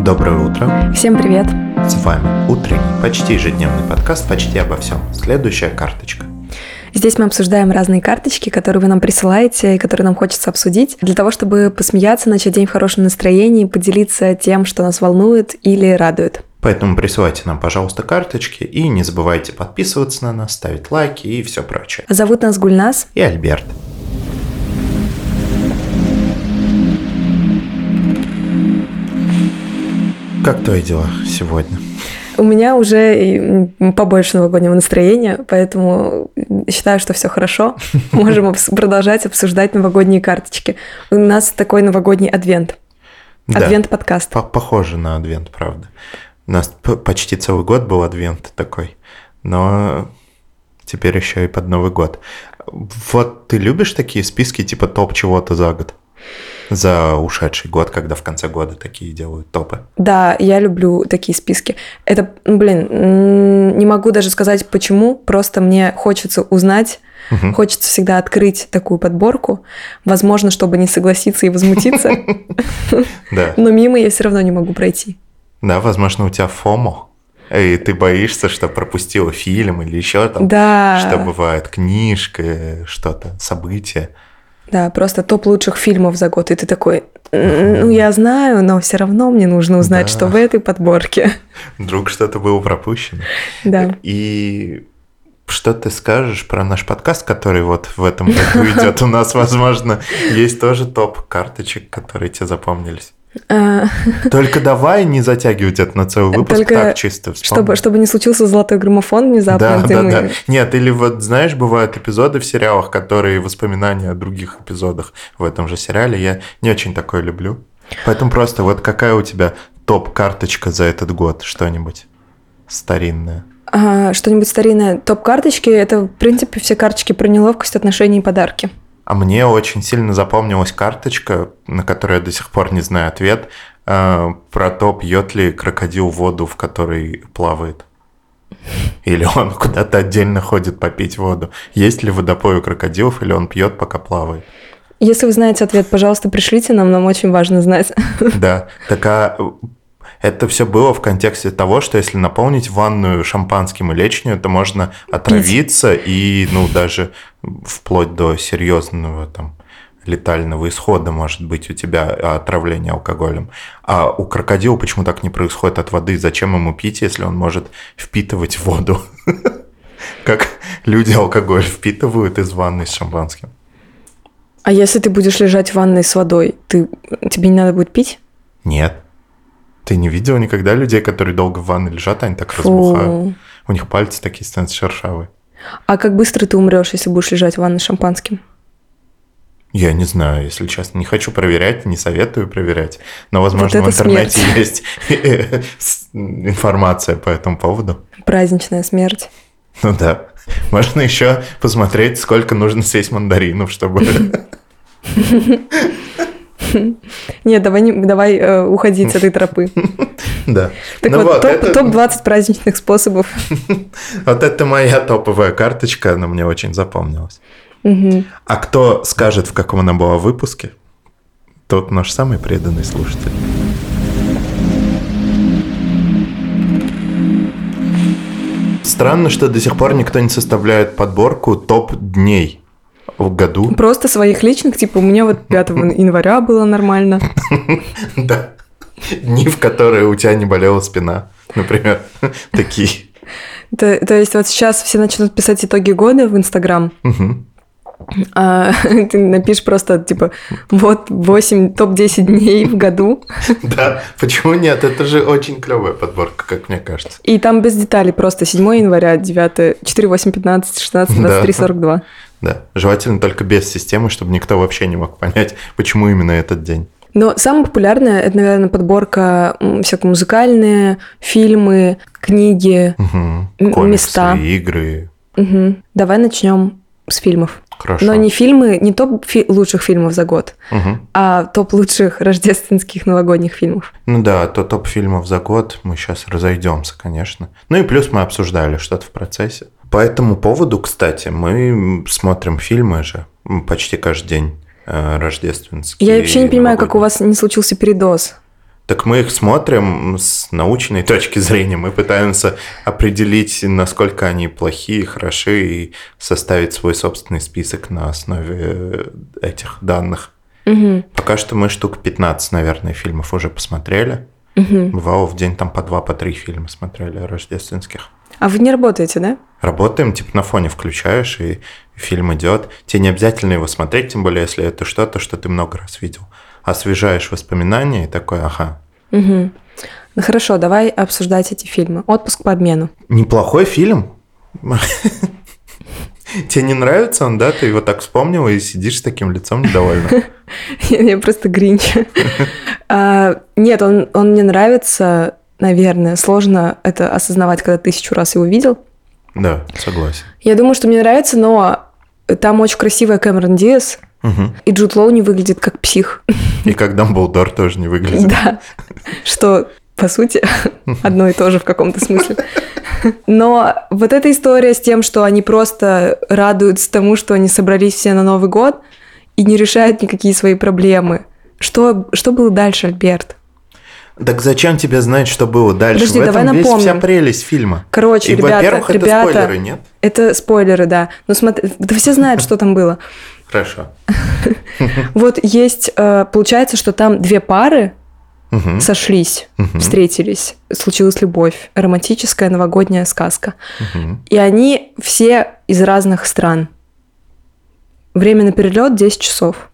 Доброе утро. Всем привет. С вами утренний, почти ежедневный подкаст «Почти обо всем». Следующая карточка. Здесь мы обсуждаем разные карточки, которые вы нам присылаете и которые нам хочется обсудить, для того, чтобы посмеяться, начать день в хорошем настроении, поделиться тем, что нас волнует или радует. Поэтому присылайте нам, пожалуйста, карточки и не забывайте подписываться на нас, ставить лайки и все прочее. Зовут нас Гульназ и Альберт. Как твои дела сегодня? У меня уже побольше новогоднего настроения, поэтому считаю, что все хорошо. Можем продолжать обсуждать новогодние карточки. У нас такой новогодний адвент. Адвент-подкаст. Похоже на адвент, правда. У нас почти целый год был адвент такой, но теперь еще и под Новый год. Вот ты любишь такие списки типа топ чего-то за год? За ушедший год, когда в конце года такие делают топы. Да, я люблю такие списки. Это, не могу даже сказать почему, просто мне хочется узнать, хочется всегда открыть такую подборку, возможно, чтобы не согласиться и возмутиться, но мимо я все равно не могу пройти. Да, возможно, у тебя фомо, и ты боишься, что пропустила фильм или еще там, что бывает, книжка, что-то, событие. Да, просто топ лучших фильмов за год. И ты такой, я знаю, но все равно мне нужно узнать, что в этой подборке. Вдруг что-то было пропущено. Да. И что ты скажешь про наш подкаст, который вот в этом году идет? У нас, возможно, есть тоже топ карточек, которые тебе запомнились. Только давай не затягивать это на целый выпуск, только так чисто вспомни. Чтобы не случился золотой граммофон внезапно. Да. Нет, или вот, знаешь, бывают эпизоды в сериалах, которые воспоминания о других эпизодах в этом же сериале. Я не очень такое люблю. Поэтому просто вот какая у тебя топ-карточка за этот год? Что-нибудь старинное? Что-нибудь старинное. Топ-карточки – это, в принципе, все карточки про неловкость, отношения и подарки. А мне очень сильно запомнилась карточка, на которую я до сих пор не знаю ответ, про то, пьет ли крокодил воду, в которой плавает. Или он куда-то отдельно ходит попить воду. Есть ли водопой у крокодилов, или он пьет, пока плавает? Если вы знаете ответ, пожалуйста, пришлите нам очень важно знать. Да, это все было в контексте того, что если наполнить ванную шампанским и лечню, то можно отравиться и, даже вплоть до серьезного там летального исхода может быть у тебя отравление алкоголем. А у крокодила почему так не происходит от воды? Зачем ему пить, если он может впитывать воду? Как люди алкоголь впитывают из ванны с шампанским. А если ты будешь лежать в ванной с водой, тебе не надо будет пить? Нет. Ты не видела никогда людей, которые долго в ванной лежат, они так разбухают? У них пальцы такие становятся шершавые. А как быстро ты умрешь, если будешь лежать в ванной с шампанским? Я не знаю, если честно. Не хочу проверять, не советую проверять. Но, возможно, в интернете есть информация по этому поводу. Праздничная смерть. Ну да. Можно еще посмотреть, сколько нужно съесть мандаринов, чтобы... Нет, давай уходить с этой тропы. Да. Так топ-20 праздничных способов. Вот это моя топовая карточка, она мне очень запомнилась. А кто скажет, в каком она была выпуске, тот наш самый преданный слушатель. Странно, что до сих пор никто не составляет подборку топ-дней в году. Просто своих личных, у меня 5 января было нормально. Да. Дни, в которые у тебя не болела спина, например, такие. То есть вот сейчас все начнут писать итоги года в Инстаграм. А ты напишешь просто, вот 8 топ-10 дней в году. Да, почему нет? Это же очень клевая подборка, как мне кажется. И там без деталей просто 7 января, 9, 4, 8, 15, 16, 23, 42. Да, желательно только без системы, чтобы никто вообще не мог понять, почему именно этот день. Но самое популярное – это, наверное, подборка всякие музыкальные, фильмы, книги, комиксы, места. Игры. Давай начнем с фильмов. Хорошо. Но не фильмы, не топ лучших фильмов за год, а топ лучших рождественских новогодних фильмов. Ну да, то топ фильмов за год мы сейчас разойдемся, конечно. Ну и плюс мы обсуждали что-то в процессе. По этому поводу, кстати, мы смотрим фильмы же почти каждый день рождественские. Я вообще не понимаю, как у вас не случился передоз. Так мы их смотрим с научной точки зрения. Мы пытаемся определить, насколько они плохие, хороши, и составить свой собственный список на основе этих данных. Угу. Пока что мы штук 15, наверное, фильмов уже посмотрели. Угу. Бывало, в день там по 2, по 3 фильма смотрели рождественских. А вы не работаете, да? Работаем, типа на фоне включаешь, и фильм идет. Тебе не обязательно его смотреть, тем более, если это что-то, что ты много раз видел. Освежаешь воспоминания и такой, ага. Угу. Ну хорошо, давай обсуждать эти фильмы. «Отпуск по обмену». Неплохой фильм. Тебе не нравится он, да? Ты его так вспомнила и сидишь с таким лицом недовольным. Я просто гринч. Нет, он мне нравится, наверное. Сложно это осознавать, когда 1000 раз его видел. Да, согласен. Я думаю, что мне нравится, но там очень красивая Кэмерон Диаз, и Джуд Лоу не выглядит как псих. И как Дамблдор тоже не выглядит. Да, что, по сути, одно и то же в каком-то смысле. Но вот эта история с тем, что они просто радуются тому, что они собрались все на Новый год и не решают никакие свои проблемы. Что было дальше, Альберт? Так зачем тебе знать, что было дальше? Подожди, в давай этом напомним. вся прелесть фильма. Короче, и, ребята, во-первых, это спойлеры, нет? Это спойлеры, да. Но смотри, да все знают, что там было. Хорошо. Вот есть, получается, что там 2 пары сошлись, встретились, случилась любовь, романтическая новогодняя сказка. И они все из разных стран. Время на перелет 10 часов.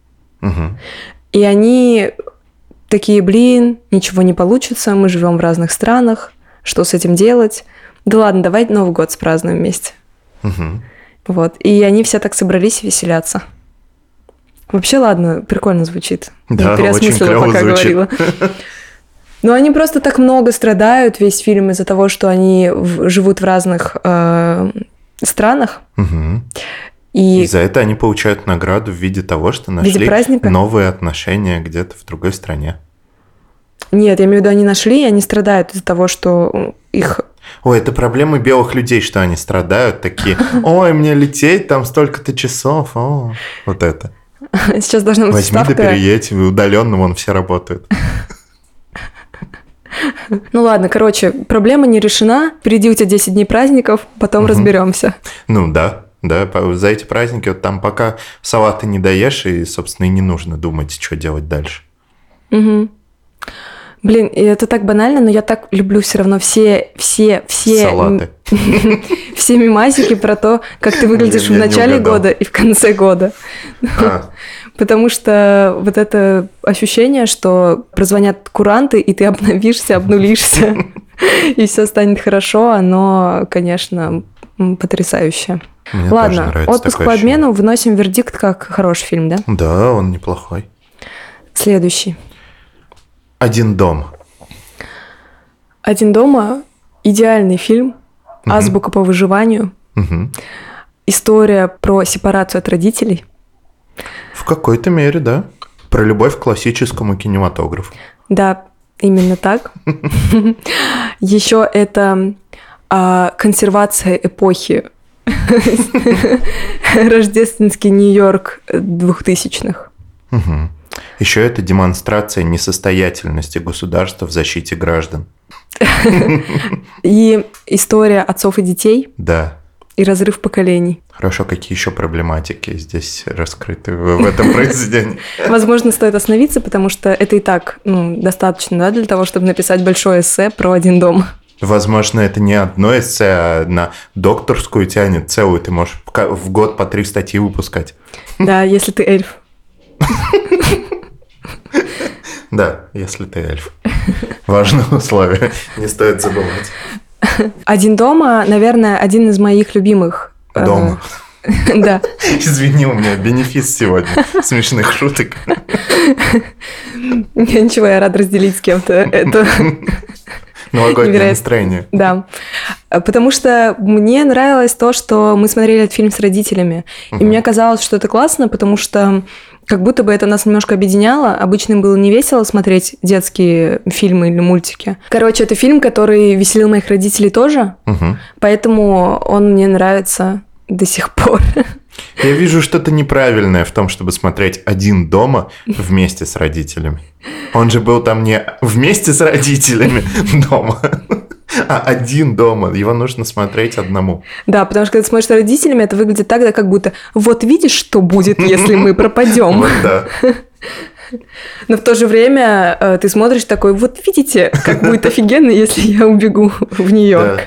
И они такие, блин, ничего не получится, мы живем в разных странах, что с этим делать? Да ладно, давай Новый год спразднуем вместе. Вот. И они все так собрались и веселятся. Вообще, ладно, прикольно звучит. Да, я переосмыслила, очень клёво пока звучит. говорила. Но они просто так много страдают, весь фильм, из-за того, что они живут в разных странах. И за это они получают награду в виде того, что нашли новые отношения где-то в другой стране. Нет, я имею в виду, они нашли, и они страдают из-за того, что их... Ой, это проблемы белых людей, что они страдают, такие, ой, мне лететь там столько-то часов, о, вот это. Сейчас должна быть возьми вставка. да переедь, удаленно вон все работают. Ну ладно, короче, проблема не решена, впереди у тебя 10 дней праздников, потом разберемся. Ну да. Да, за эти праздники вот там пока салаты не доешь, и, собственно, и не нужно думать, что делать дальше. Блин, и это так банально, но я так люблю все равно все салаты. Все мемасики про то, как ты выглядишь в начале года и в конце года. Потому что вот это ощущение, что прозвонят куранты, и ты обновишься, обнулишься, и все станет хорошо, оно, конечно, потрясающее. Мне Ладно, «Отпуск по обмену» выносим вердикт как хороший фильм, да? Да, он неплохой. Следующий. «Один дом». «Один дома» – идеальный фильм, азбука по выживанию, история про сепарацию от родителей. В какой-то мере, да. Про любовь к классическому кинематографу. Да, именно так. Еще это консервация эпохи. Рождественский Нью-Йорк 2000-х. Еще это демонстрация несостоятельности государства в защите граждан. И история отцов и детей. Да. И разрыв поколений. Хорошо, какие еще проблематики здесь раскрыты в этом произведении? Возможно, стоит остановиться, потому что это и так достаточно, да, для того, чтобы написать большое эссе про «Один дом». Возможно, это не одно эссе, а на докторскую тянет целую. Ты можешь в год по 3 статьи выпускать. Да, если ты эльф. Да, если ты эльф. Важное условие, не стоит забывать. «Один дома», наверное, один из моих любимых. Дома. Да. Извини, у меня бенефис сегодня смешных шуток. Ничего, я рада разделить с кем-то это. Новогоднее настроение. Да. Потому что мне нравилось то, что мы смотрели этот фильм с родителями. И мне казалось, что это классно, потому что как будто бы это нас немножко объединяло. Обычно им было не весело смотреть детские фильмы или мультики. Короче, это фильм, который веселил моих родителей тоже. Поэтому он мне нравится до сих пор. Я вижу что-то неправильное в том, чтобы смотреть один дома вместе с родителями. Он же был там не вместе с родителями дома, а один дома. Его нужно смотреть одному. Да, потому что когда ты смотришь с родителями, это выглядит так, да, как будто вот видишь, что будет, если мы пропадем. Вот да. Но в то же время ты смотришь такой, вот видите, как будет офигенно, если я убегу в Нью-Йорк.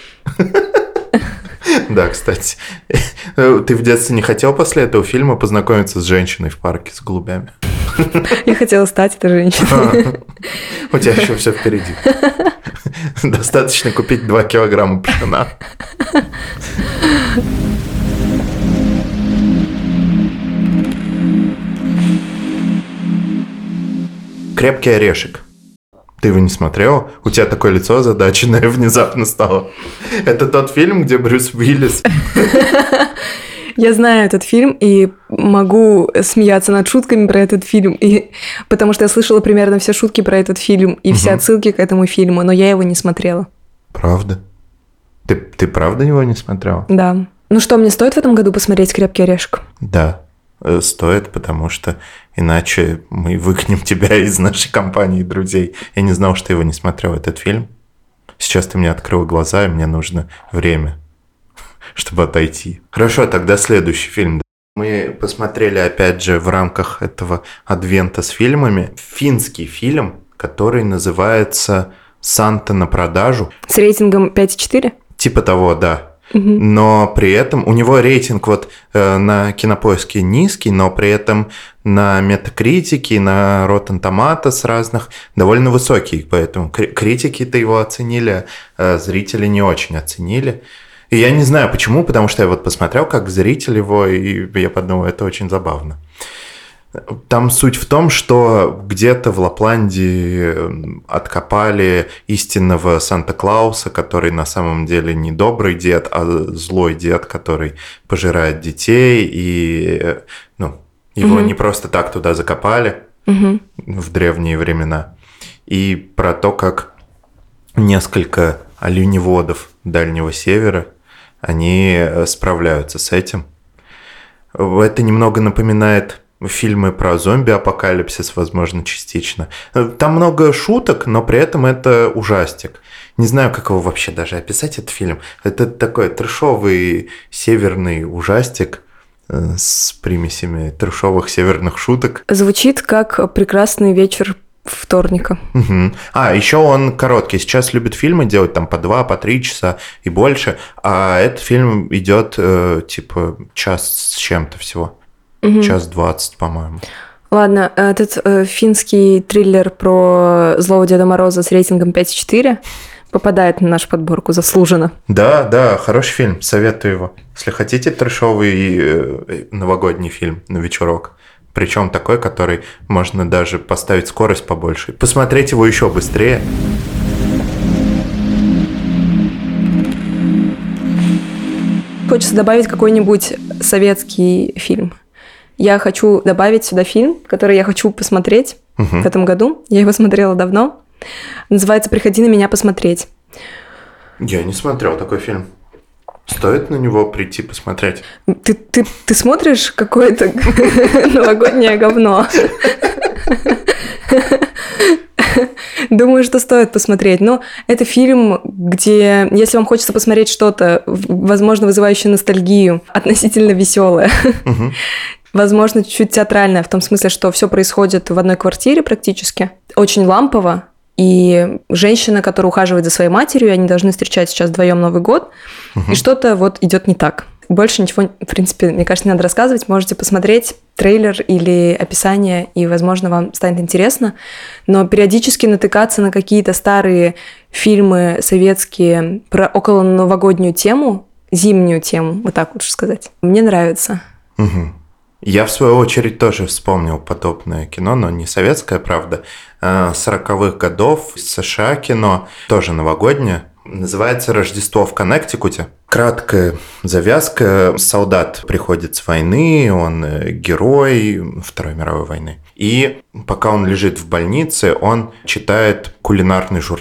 Да, кстати. Ты в детстве не хотел после этого фильма познакомиться с женщиной в парке с голубями? Я хотела стать этой женщиной. У тебя еще все впереди. Достаточно купить 2 килограмма пшена. «Крепкий орешек». Ты его не смотрел? У тебя такое лицо озадаченное внезапно стало. Это тот фильм, где Брюс Уиллис... Я знаю этот фильм и могу смеяться над шутками про этот фильм, потому что я слышала примерно все шутки про этот фильм и все отсылки к этому фильму, но я его не смотрела. Правда? Ты правда его не смотрела? Да. Ну что, мне стоит в этом году посмотреть «Крепкий орешек»? Да, стоит, потому что иначе мы выкинем тебя из нашей компании друзей. Я не знал, что ты его не смотрел, этот фильм. Сейчас ты мне открыл глаза, и мне нужно время, чтобы отойти. Хорошо, тогда следующий фильм. Мы посмотрели, опять же, в рамках этого адвента с фильмами, финский фильм, который называется «Санта на продажу». С рейтингом 5,4? Типа того, да. Но при этом у него рейтинг вот на Кинопоиске низкий, но при этом на Метакритике, на Rotten Tomatoes разных довольно высокий, поэтому критики-то его оценили, а зрители не очень оценили. И я не знаю почему, потому что я вот посмотрел как зритель его, и я подумал, это очень забавно. Там суть в том, что где-то в Лапландии откопали истинного Санта-Клауса, который на самом деле не добрый дед, а злой дед, который пожирает детей, и его не просто так туда закопали в древние времена. И про то, как несколько оленеводов Дальнего Севера, они справляются с этим. Это немного напоминает фильмы про зомби-апокалипсис, возможно, частично. Там много шуток, но при этом это ужастик. Не знаю, как его вообще даже описать, этот фильм. Это такой трэшовый северный ужастик с примесями трэшовых северных шуток. Звучит как прекрасный вечер вторника. Угу. А, еще он короткий. Сейчас любят фильмы делать там по 2, по 3 часа и больше, а этот фильм идет типа час с чем-то всего. Час 20, по-моему. Ладно, этот финский триллер про злого Деда Мороза с рейтингом 5,4 попадает на нашу подборку заслуженно. Да, хороший фильм, советую его. Если хотите трэшовый новогодний фильм на вечерок, причем такой, который можно даже поставить скорость побольше, посмотреть его еще быстрее. Хочется добавить какой-нибудь советский фильм. Я хочу добавить сюда фильм, который я хочу посмотреть в этом году. Я его смотрела давно. Называется «Приходи на меня посмотреть». Я не смотрел такой фильм. Стоит на него прийти посмотреть? Ты смотришь какое-то новогоднее говно? Думаю, что стоит посмотреть. Но это фильм, где, если вам хочется посмотреть что-то, возможно, вызывающее ностальгию, относительно веселое, возможно, чуть-чуть театральное, в том смысле, что все происходит в одной квартире практически, очень лампово, и женщина, которая ухаживает за своей матерью, они должны встречать сейчас вдвоем Новый год, и что-то вот идет не так. Больше ничего, в принципе, мне кажется, не надо рассказывать. Можете посмотреть трейлер или описание, и, возможно, вам станет интересно. Но периодически натыкаться на какие-то старые фильмы советские про околоновогоднюю тему, зимнюю тему, вот так лучше сказать, мне нравится. Я, в свою очередь, тоже вспомнил подобное кино, но не советское, правда, 40-х годов, из США кино, тоже новогоднее. Называется «Рождество в Коннектикуте». Краткая завязка. Солдат приходит с войны, он герой Второй мировой войны. И пока он лежит в больнице, он читает кулинарный журнал.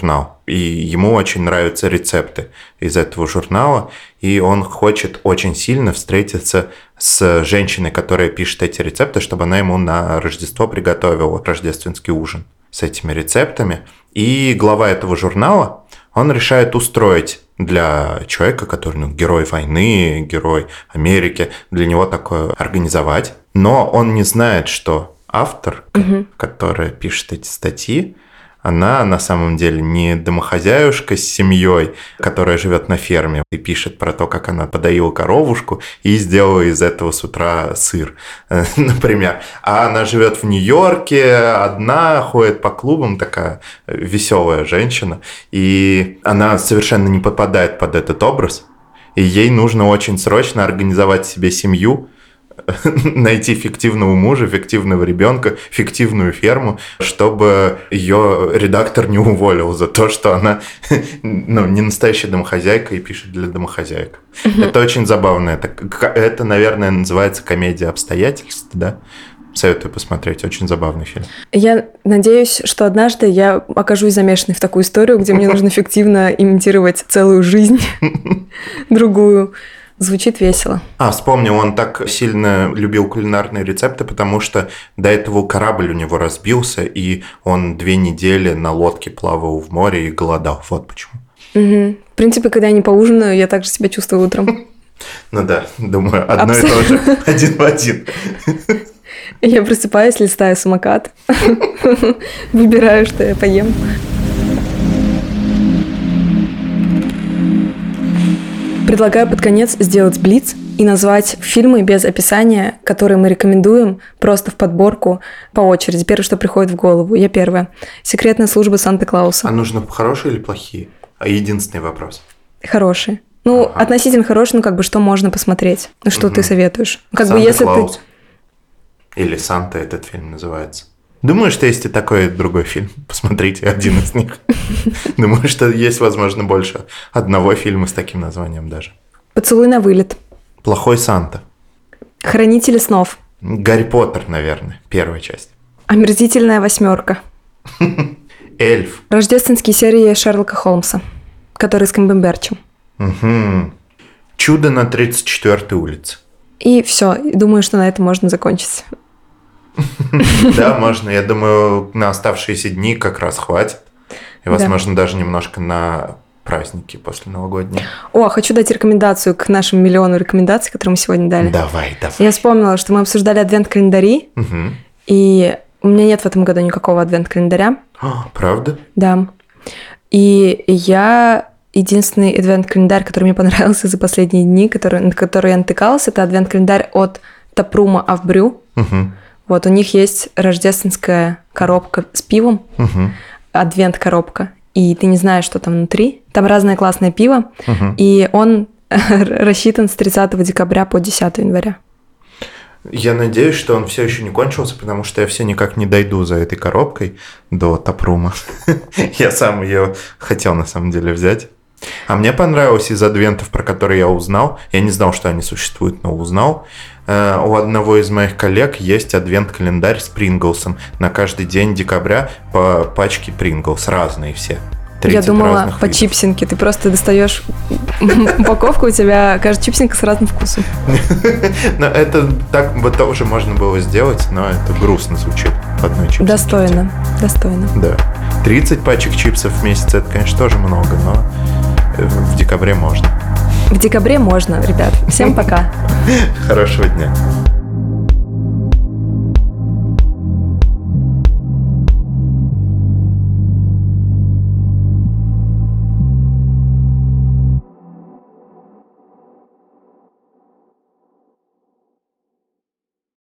И ему очень нравятся рецепты из этого журнала, и он хочет очень сильно встретиться с женщиной, которая пишет эти рецепты, чтобы она ему на Рождество приготовила рождественский ужин с этими рецептами. И глава этого журнала, он решает устроить для человека, который герой войны, герой Америки, для него такое организовать. Но он не знает, что автор, которая пишет эти статьи, она на самом деле не домохозяюшка с семьей, которая живет на ферме и пишет про то, как она подоила коровушку и сделала из этого с утра сыр, например. А она живет в Нью-Йорке, одна, ходит по клубам, такая веселая женщина, и она совершенно не попадает под этот образ, и ей нужно очень срочно организовать себе семью, найти фиктивного мужа, фиктивного ребенка, фиктивную ферму, чтобы ее редактор не уволил за то, что она не настоящая домохозяйка и пишет для домохозяек. Это очень забавно. Это, наверное, называется комедия обстоятельств, да? Советую посмотреть. Очень забавный фильм. Я надеюсь, что однажды я окажусь замешанной в такую историю, где мне нужно фиктивно имитировать целую жизнь, другую. Звучит весело. Вспомнил, он так сильно любил кулинарные рецепты, потому что до этого корабль у него разбился, и он 2 недели на лодке плавал в море и голодал. Вот почему. В принципе, когда я не поужинаю, я также себя чувствую утром. Ну да, думаю, одно и то же, один в один. Я просыпаюсь, листаю самокат, выбираю, что я поем. Предлагаю под конец сделать блиц и назвать фильмы без описания, которые мы рекомендуем просто в подборку по очереди. Первое, что приходит в голову. Я первая. «Секретная служба Санта-Клауса». А нужно хорошие или плохие? Единственный вопрос. Хорошие. Относительно хорошие, что можно посмотреть. Что ты советуешь? Санта-Клаус. Или «Санта» этот фильм называется. Думаю, что есть и такой, и другой фильм. Посмотрите один из них. Думаю, что есть, возможно, больше одного фильма с таким названием даже. «Поцелуй на вылет». «Плохой Санта». «Хранители снов». «Гарри Поттер», наверное, первая часть. «Омерзительная восьмерка». «Эльф». Рождественские серии Шерлока Холмса, которые с Камбербэтчем. «Чудо на 34-й улице». И все. Думаю, что на этом можно закончить. Да, можно. Я думаю, на оставшиеся дни как раз хватит. И, возможно, даже немножко на праздники после новогодних. Хочу дать рекомендацию к нашему миллиону рекомендаций, которые мы сегодня дали. Давай. Я вспомнила, что мы обсуждали адвент-календари, и у меня нет в этом году никакого адвент-календаря. Правда? Да. И единственный адвент-календарь, который мне понравился за последние дни, на который я натыкалась, это адвент-календарь от Taproom of Brew. Вот, у них есть рождественская коробка с пивом, адвент-коробка, и ты не знаешь, что там внутри. Там разное классное пиво, и он рассчитан с 30 декабря по 10 января. Я надеюсь, что он все еще не кончился, потому что я все никак не дойду за этой коробкой до Тапрума. Я сам ее хотел, на самом деле, взять. А мне понравилось из адвентов, про которые я узнал. Я не знал, что они существуют, но узнал. У одного из моих коллег есть адвент-календарь с Принглсом. На каждый день декабря по пачке Принглс. Разные все. Я думала, по чипсинке. Ты просто достаешь упаковку, у тебя каждая чипсинка с разным вкусом. Но это так вот тоже можно было сделать, но это грустно звучит в одной чипсинке. Достойно. Да. 30 пачек чипсов в месяц, это, конечно, тоже много, но в декабре можно. В декабре можно, ребят. Всем пока. Хорошего дня.